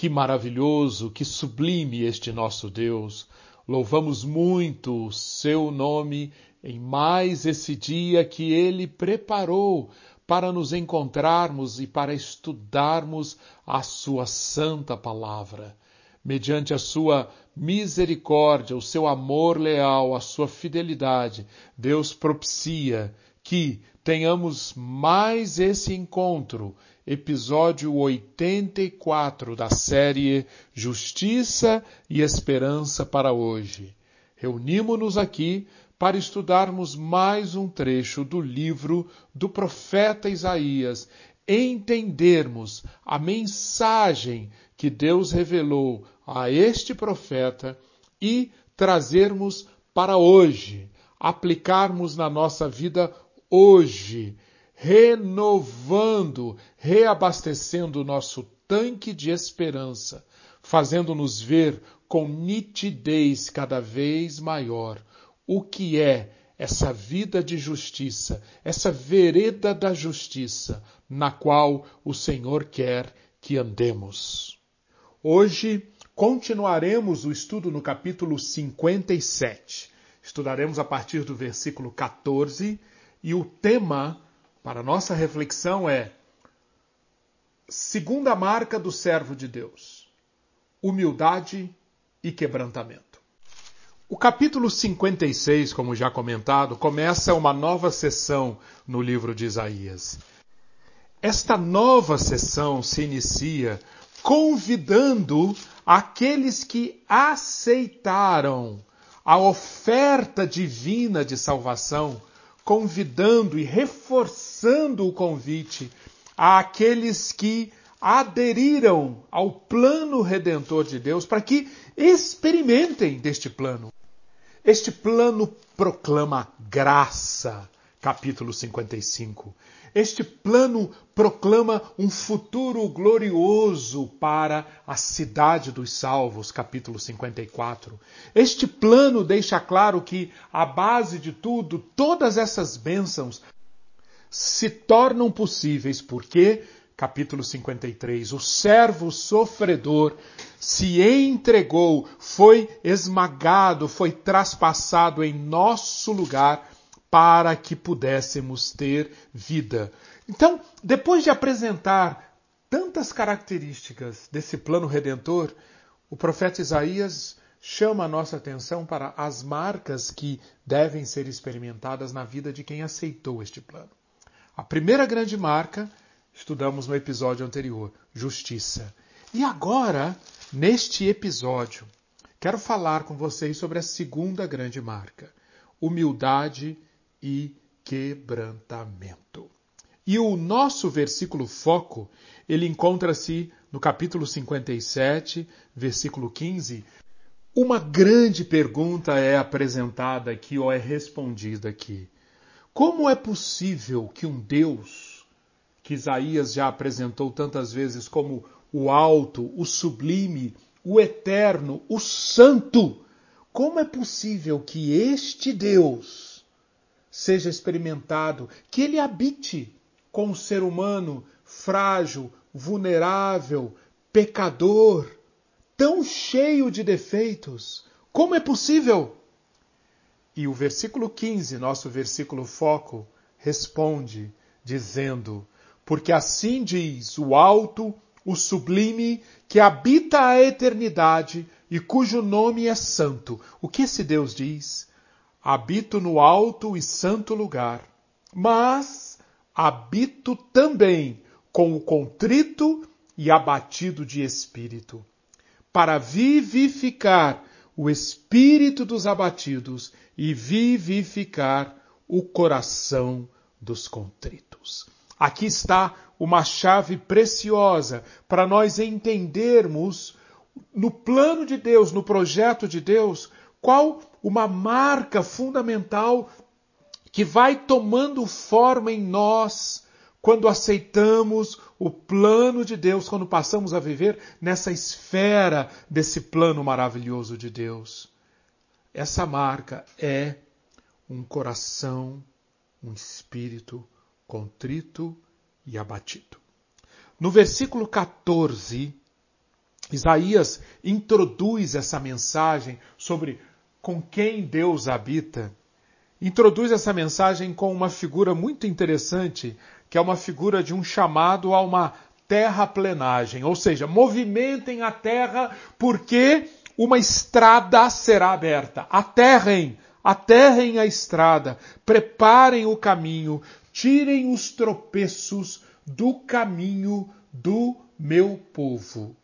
Que maravilhoso, que sublime este nosso Deus. Louvamos muito o seu nome em mais esse dia que ele preparou para nos encontrarmos e para estudarmos a sua santa palavra. Mediante a sua misericórdia, o seu amor leal, a sua fidelidade, Deus propicia que tenhamos mais esse encontro, episódio 84 da série Justiça e Esperança para hoje. Reunimos-nos aqui para estudarmos mais um trecho do livro do profeta Isaías, entendermos a mensagem que Deus revelou a este profeta e trazermos para hoje, aplicarmos na nossa vida hoje, renovando, reabastecendo o nosso tanque de esperança, fazendo-nos ver com nitidez cada vez maior o que é essa vida de justiça, essa vereda da justiça, na qual o Senhor quer que andemos. Hoje continuaremos o estudo no capítulo 57. Estudaremos a partir do versículo 14 e o tema para nossa reflexão é segunda marca do servo de Deus, humildade e quebrantamento. O capítulo 56, como já comentado, começa uma nova sessão no livro de Isaías. Esta nova sessão se inicia convidando aqueles que aceitaram a oferta divina de salvação, convidando e reforçando o convite àqueles que aderiram ao plano redentor de Deus para que experimentem deste plano. Este plano proclama graça, capítulo 55. Este plano proclama um futuro glorioso para a cidade dos salvos, capítulo 54. Este plano deixa claro que a base de tudo, todas essas bênçãos, se tornam possíveis porque, capítulo 53, o servo sofredor se entregou, foi esmagado, foi traspassado em nosso lugar para que pudéssemos ter vida. Então, depois de apresentar tantas características desse plano redentor, o profeta Isaías chama a nossa atenção para as marcas que devem ser experimentadas na vida de quem aceitou este plano. A primeira grande marca estudamos no episódio anterior, justiça. E agora, neste episódio, quero falar com vocês sobre a segunda grande marca, humildade e quebrantamento. E o nosso versículo foco, ele encontra-se no capítulo 57, versículo 15. Uma grande pergunta é apresentada aqui, ou é respondida aqui. Como é possível que um Deus, que Isaías já apresentou tantas vezes como o alto, o sublime, o eterno, o santo, como é possível que este Deus seja experimentado, que ele habite com o ser humano frágil, vulnerável, pecador, tão cheio de defeitos? Como é possível? E o versículo 15, nosso versículo foco, responde dizendo: porque assim diz o alto, o sublime, que habita a eternidade e cujo nome é santo. O que esse Deus diz? Habito no alto e santo lugar, mas habito também com o contrito e abatido de espírito, para vivificar o espírito dos abatidos e vivificar o coração dos contritos. Aqui está uma chave preciosa para nós entendermos no plano de Deus, no projeto de Deus, qual uma marca fundamental que vai tomando forma em nós quando aceitamos o plano de Deus, quando passamos a viver nessa esfera desse plano maravilhoso de Deus. Essa marca é um coração, um espírito contrito e abatido. No versículo 14, Isaías introduz essa mensagem sobre com quem Deus habita. Introduz essa mensagem com uma figura muito interessante, que é uma figura de um chamado a uma terraplenagem, ou seja, movimentem a terra porque uma estrada será aberta. Aterrem a estrada, preparem o caminho, tirem os tropeços do caminho do meu povo.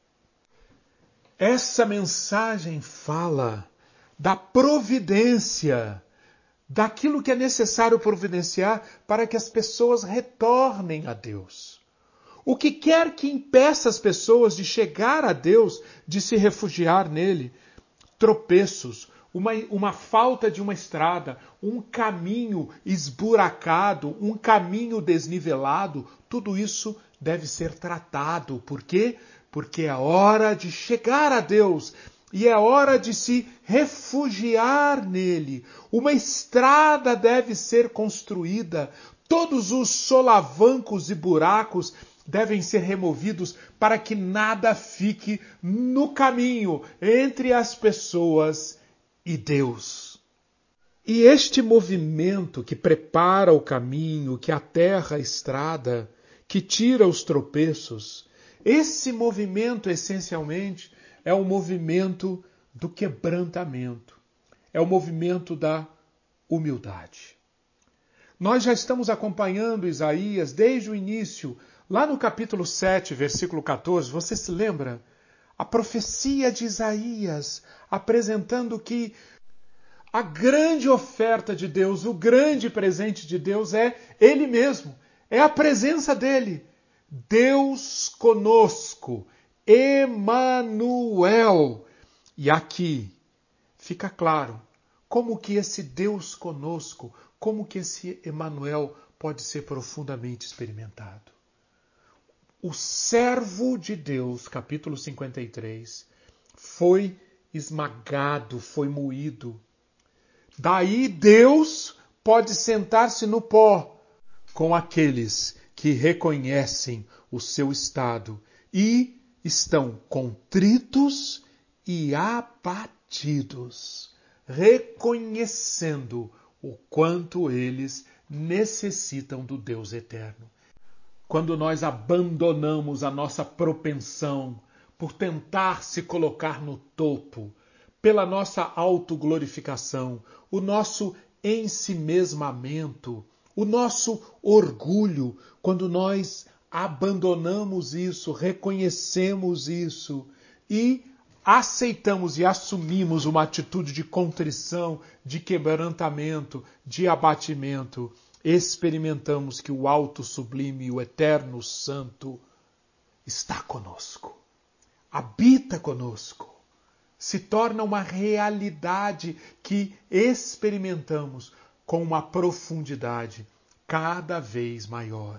Essa mensagem fala da providência, daquilo que é necessário providenciar para que as pessoas retornem a Deus. O que quer que impeça as pessoas de chegar a Deus, de se refugiar nele? Tropeços, uma falta de uma estrada, um caminho esburacado, um caminho desnivelado, tudo isso deve ser tratado. Por quê? Porque é hora de chegar a Deus e é hora de se refugiar nele. Uma estrada deve ser construída, todos os solavancos e buracos devem ser removidos para que nada fique no caminho entre as pessoas e Deus. E este movimento que prepara o caminho, que aterra a estrada, que tira os tropeços, esse movimento essencialmente é o movimento do quebrantamento, é o movimento da humildade. Nós já estamos acompanhando Isaías desde o início, lá no capítulo 7, versículo 14, você se lembra? A profecia de Isaías apresentando que a grande oferta de Deus, o grande presente de Deus é Ele mesmo, é a presença dEle. Deus conosco, Emanuel. E aqui fica claro como que esse Deus conosco, como que esse Emanuel pode ser profundamente experimentado. O servo de Deus, capítulo 53, foi esmagado, foi moído. Daí Deus pode sentar-se no pó com aqueles que reconhecem o seu estado e estão contritos e abatidos, reconhecendo o quanto eles necessitam do Deus eterno. Quando nós abandonamos a nossa propensão por tentar se colocar no topo, pela nossa autoglorificação, o nosso ensimesmamento, o nosso orgulho, quando nós abandonamos isso, reconhecemos isso e aceitamos e assumimos uma atitude de contrição, de quebrantamento, de abatimento, experimentamos que o alto sublime, o eterno santo está conosco, habita conosco, se torna uma realidade que experimentamos com uma profundidade cada vez maior.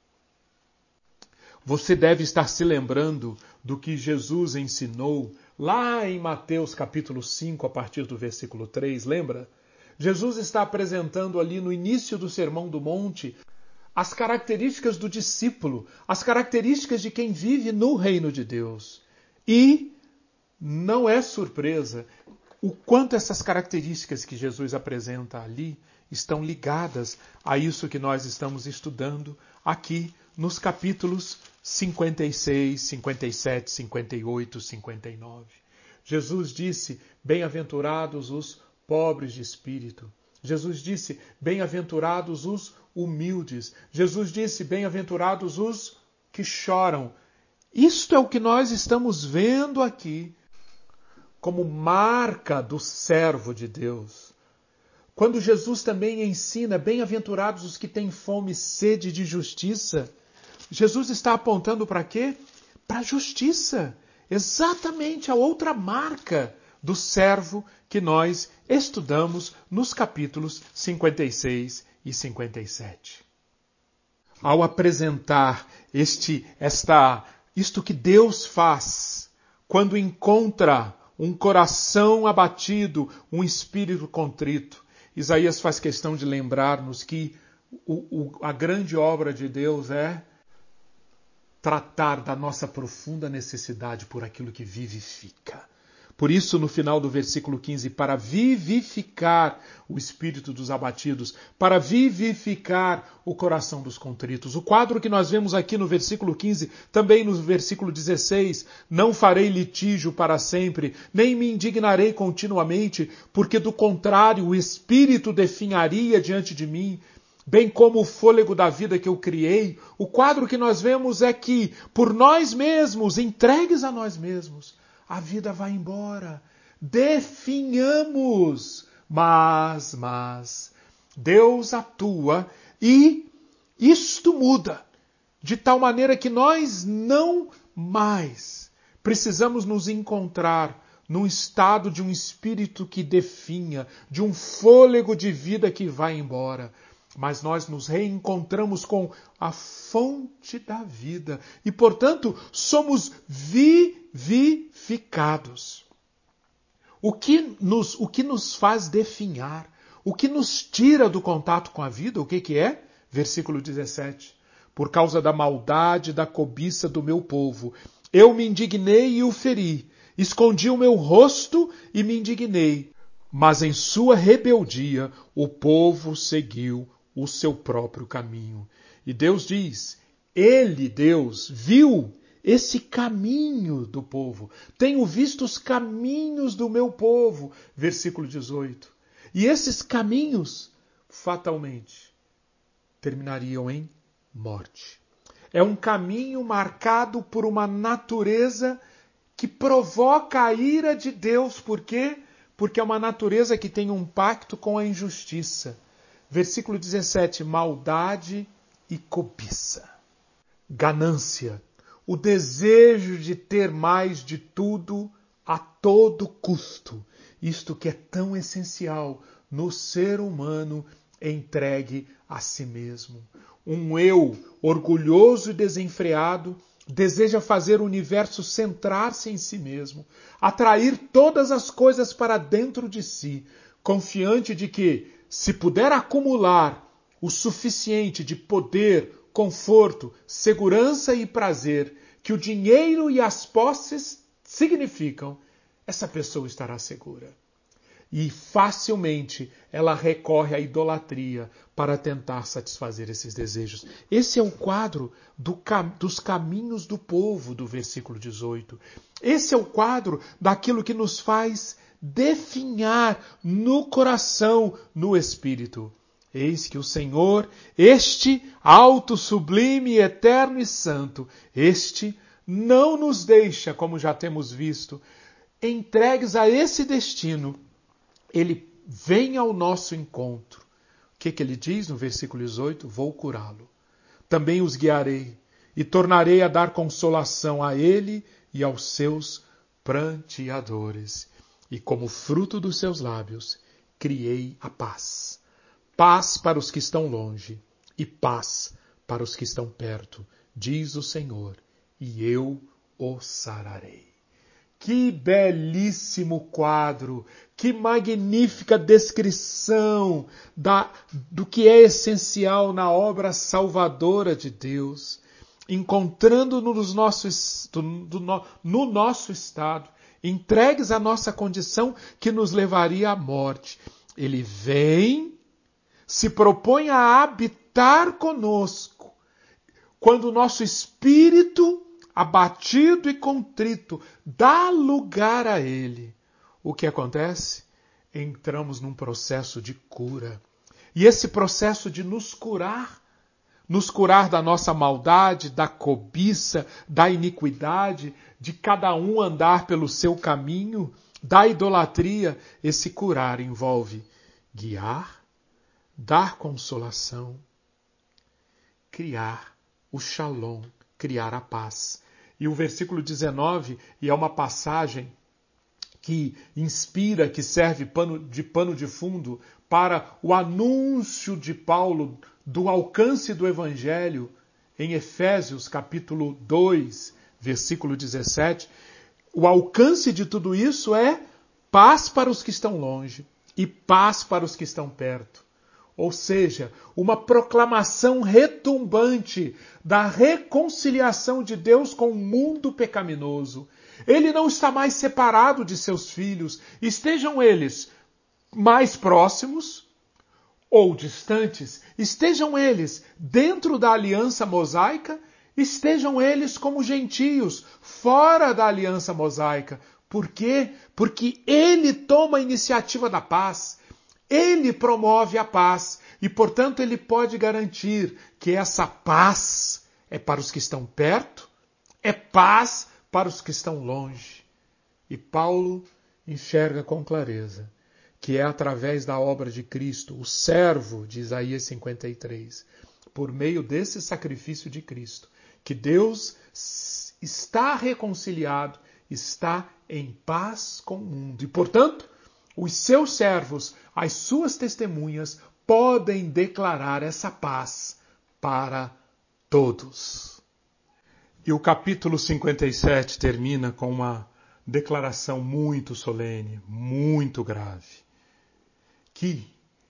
Você deve estar se lembrando do que Jesus ensinou lá em Mateus capítulo 5, a partir do versículo 3, lembra? Jesus está apresentando ali no início do Sermão do Monte as características do discípulo, as características de quem vive no reino de Deus. E não é surpresa o quanto essas características que Jesus apresenta ali estão ligadas a isso que nós estamos estudando aqui nos capítulos 56, 57, 58, 59. Jesus disse, bem-aventurados os pobres de espírito. Jesus disse, bem-aventurados os humildes. Jesus disse, bem-aventurados os que choram. Isto é o que nós estamos vendo aqui como marca do servo de Deus. Quando Jesus também ensina, bem-aventurados os que têm fome e sede de justiça, Jesus está apontando para quê? Para a justiça. Exatamente a outra marca do servo que nós estudamos nos capítulos 56 e 57. Ao apresentar isto que Deus faz quando encontra um coração abatido, um espírito contrito, Isaías faz questão de lembrar-nos que a grande obra de Deus é tratar da nossa profunda necessidade por aquilo que vivifica. Por isso, no final do versículo 15, para vivificar o espírito dos abatidos, para vivificar o coração dos contritos. O quadro que nós vemos aqui no versículo 15, também no versículo 16, não farei litígio para sempre, nem me indignarei continuamente, porque do contrário o espírito definharia diante de mim, bem como o fôlego da vida que eu criei. O quadro que nós vemos é que, por nós mesmos, entregues a nós mesmos, a vida vai embora. Definhamos. Mas, Deus atua e isto muda. De tal maneira que nós não mais precisamos nos encontrar num estado de um espírito que definha, de um fôlego de vida que vai embora. Mas nós nos reencontramos com a fonte da vida e, portanto, somos vivificados. O que nos faz definhar, o que nos tira do contato com a vida, o que é? Versículo 17. Por causa da maldade, da cobiça do meu povo, eu me indignei e o feri, escondi o meu rosto e me indignei. Mas em sua rebeldia, o povo seguiu o seu próprio caminho. E Deus diz, Deus, viu esse caminho do povo. Tenho visto os caminhos do meu povo. Versículo 18. E esses caminhos, fatalmente, terminariam em morte. É um caminho marcado por uma natureza que provoca a ira de Deus. Por quê? Porque é uma natureza que tem um pacto com a injustiça. Versículo 17, maldade e cobiça. Ganância, o desejo de ter mais de tudo a todo custo. Isto que é tão essencial no ser humano entregue a si mesmo. Um eu orgulhoso e desenfreado deseja fazer o universo centrar-se em si mesmo, atrair todas as coisas para dentro de si, confiante de que, se puder acumular o suficiente de poder, conforto, segurança e prazer que o dinheiro e as posses significam, essa pessoa estará segura. E facilmente ela recorre à idolatria para tentar satisfazer esses desejos. Esse é o quadro dos caminhos do povo do versículo 18. Esse é o quadro daquilo que nos faz definhar no coração, no espírito. Eis que o Senhor, este alto, sublime, eterno e santo, este não nos deixa, como já temos visto, entregues a esse destino. Ele vem ao nosso encontro. O que ele diz no versículo 18? Vou curá-lo. Também os guiarei e tornarei a dar consolação a ele e aos seus pranteadores. E como fruto dos seus lábios, criei a paz. Paz para os que estão longe e paz para os que estão perto, diz o Senhor, e eu o sararei. Que belíssimo quadro, que magnífica descrição do que é essencial na obra salvadora de Deus, encontrando-nos no nosso estado, entregues à nossa condição que nos levaria à morte. Ele vem, se propõe a habitar conosco, quando o nosso espírito abatido e contrito, dá lugar a ele. O que acontece? Entramos num processo de cura. E esse processo de nos curar da nossa maldade, da cobiça, da iniquidade, de cada um andar pelo seu caminho, da idolatria, esse curar envolve guiar, dar consolação, criar o shalom, criar a paz. E o versículo 19, e é uma passagem que inspira, que serve de pano de fundo para o anúncio de Paulo do alcance do Evangelho em Efésios capítulo 2, versículo 17. O alcance de tudo isso é paz para os que estão longe e paz para os que estão perto. ou seja, uma proclamação retumbante da reconciliação de Deus com o mundo pecaminoso. Ele não está mais separado de seus filhos, estejam eles mais próximos ou distantes, estejam eles dentro da aliança mosaica, estejam eles como gentios, fora da aliança mosaica. Por quê? Porque ele toma a iniciativa da paz, ele promove a paz e, portanto, ele pode garantir que essa paz é para os que estão perto, é paz para os que estão longe. E Paulo enxerga com clareza que é através da obra de Cristo, o servo de Isaías 53, por meio desse sacrifício de Cristo, que Deus está reconciliado, está em paz com o mundo. E, portanto, os seus servos, as suas testemunhas, podem declarar essa paz para todos. E o capítulo 57 termina com uma declaração muito solene, muito grave, que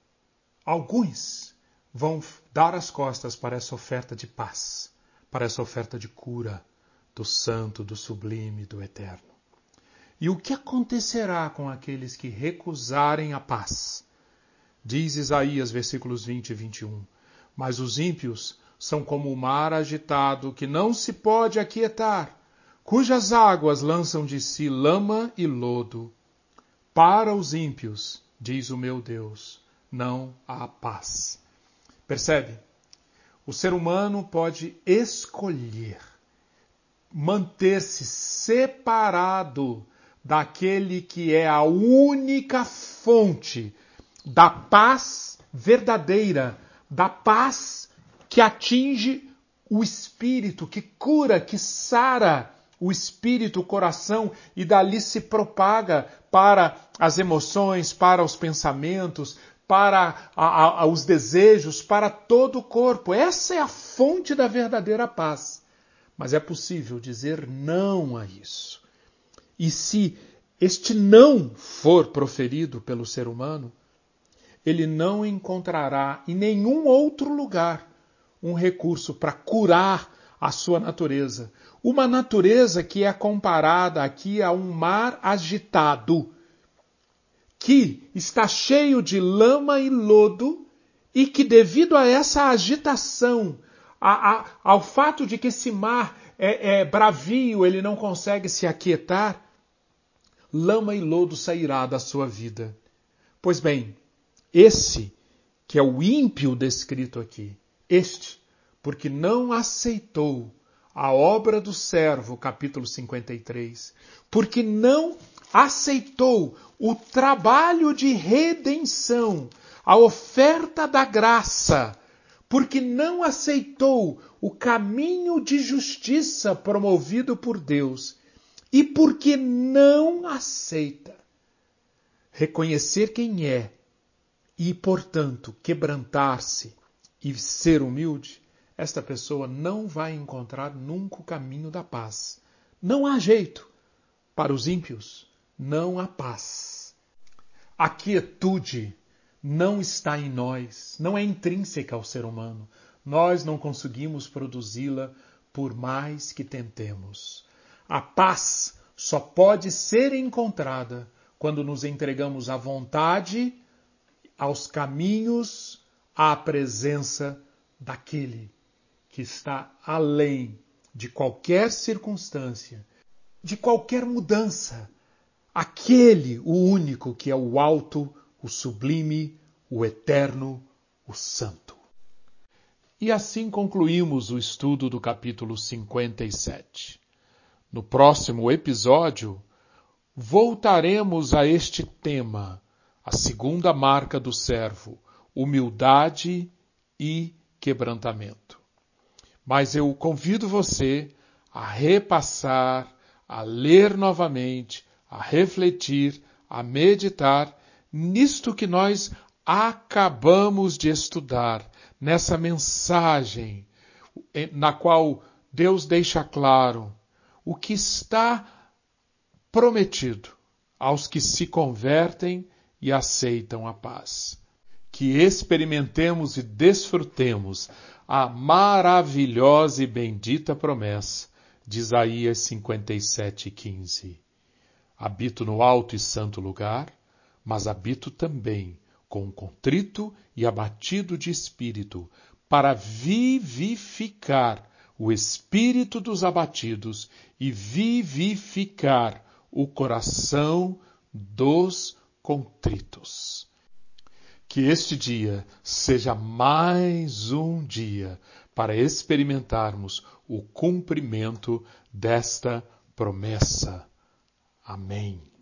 alguns vão dar as costas para essa oferta de paz, para essa oferta de cura do santo, do sublime, do eterno. E o que acontecerá com aqueles que recusarem a paz? Diz Isaías, versículos 20 e 21. Mas os ímpios são como o mar agitado, que não se pode aquietar, cujas águas lançam de si lama e lodo. Para os ímpios, diz o meu Deus, não há paz. Percebe? O ser humano pode escolher manter-se separado daquele que é a única fonte da paz verdadeira, da paz que atinge o espírito, que cura, que sara o espírito, o coração, e dali se propaga para as emoções, para os pensamentos, para os desejos, para todo o corpo. Essa é a fonte da verdadeira paz. Mas é possível dizer não a isso. E se este não for proferido pelo ser humano, ele não encontrará em nenhum outro lugar um recurso para curar a sua natureza. Uma natureza que é comparada aqui a um mar agitado, que está cheio de lama e lodo e que, devido a essa agitação, ao fato de que esse mar é bravio, ele não consegue se aquietar, lama e lodo sairá da sua vida. Pois bem, esse que é o ímpio descrito aqui, porque não aceitou a obra do servo, capítulo 53, porque não aceitou o trabalho de redenção, a oferta da graça, porque não aceitou o caminho de justiça promovido por Deus e porque não aceita reconhecer quem é e, portanto, quebrantar-se e ser humilde, esta pessoa não vai encontrar nunca o caminho da paz. Não há jeito. Para os ímpios, não há paz. A quietude não está em nós, não é intrínseca ao ser humano. Nós não conseguimos produzi-la por mais que tentemos. A paz só pode ser encontrada quando nos entregamos à vontade, aos caminhos, à presença daquele que está além de qualquer circunstância, de qualquer mudança. Aquele, o único, que é o alto, o sublime, o eterno, o santo. E assim concluímos o estudo do capítulo 57. No próximo episódio, voltaremos a este tema, a segunda marca do servo, humildade e quebrantamento. Mas eu convido você a repassar, a ler novamente, a refletir, a meditar nisto que nós acabamos de estudar, nessa mensagem na qual Deus deixa claro o que está prometido aos que se convertem e aceitam a paz. que experimentemos e desfrutemos a maravilhosa e bendita promessa de Isaías 57:15. Habito no alto e santo lugar, mas habito também com um contrito e abatido de espírito, para vivificar o espírito dos abatidos e vivificar o coração dos contritos. Que este dia seja mais um dia para experimentarmos o cumprimento desta promessa. Amém.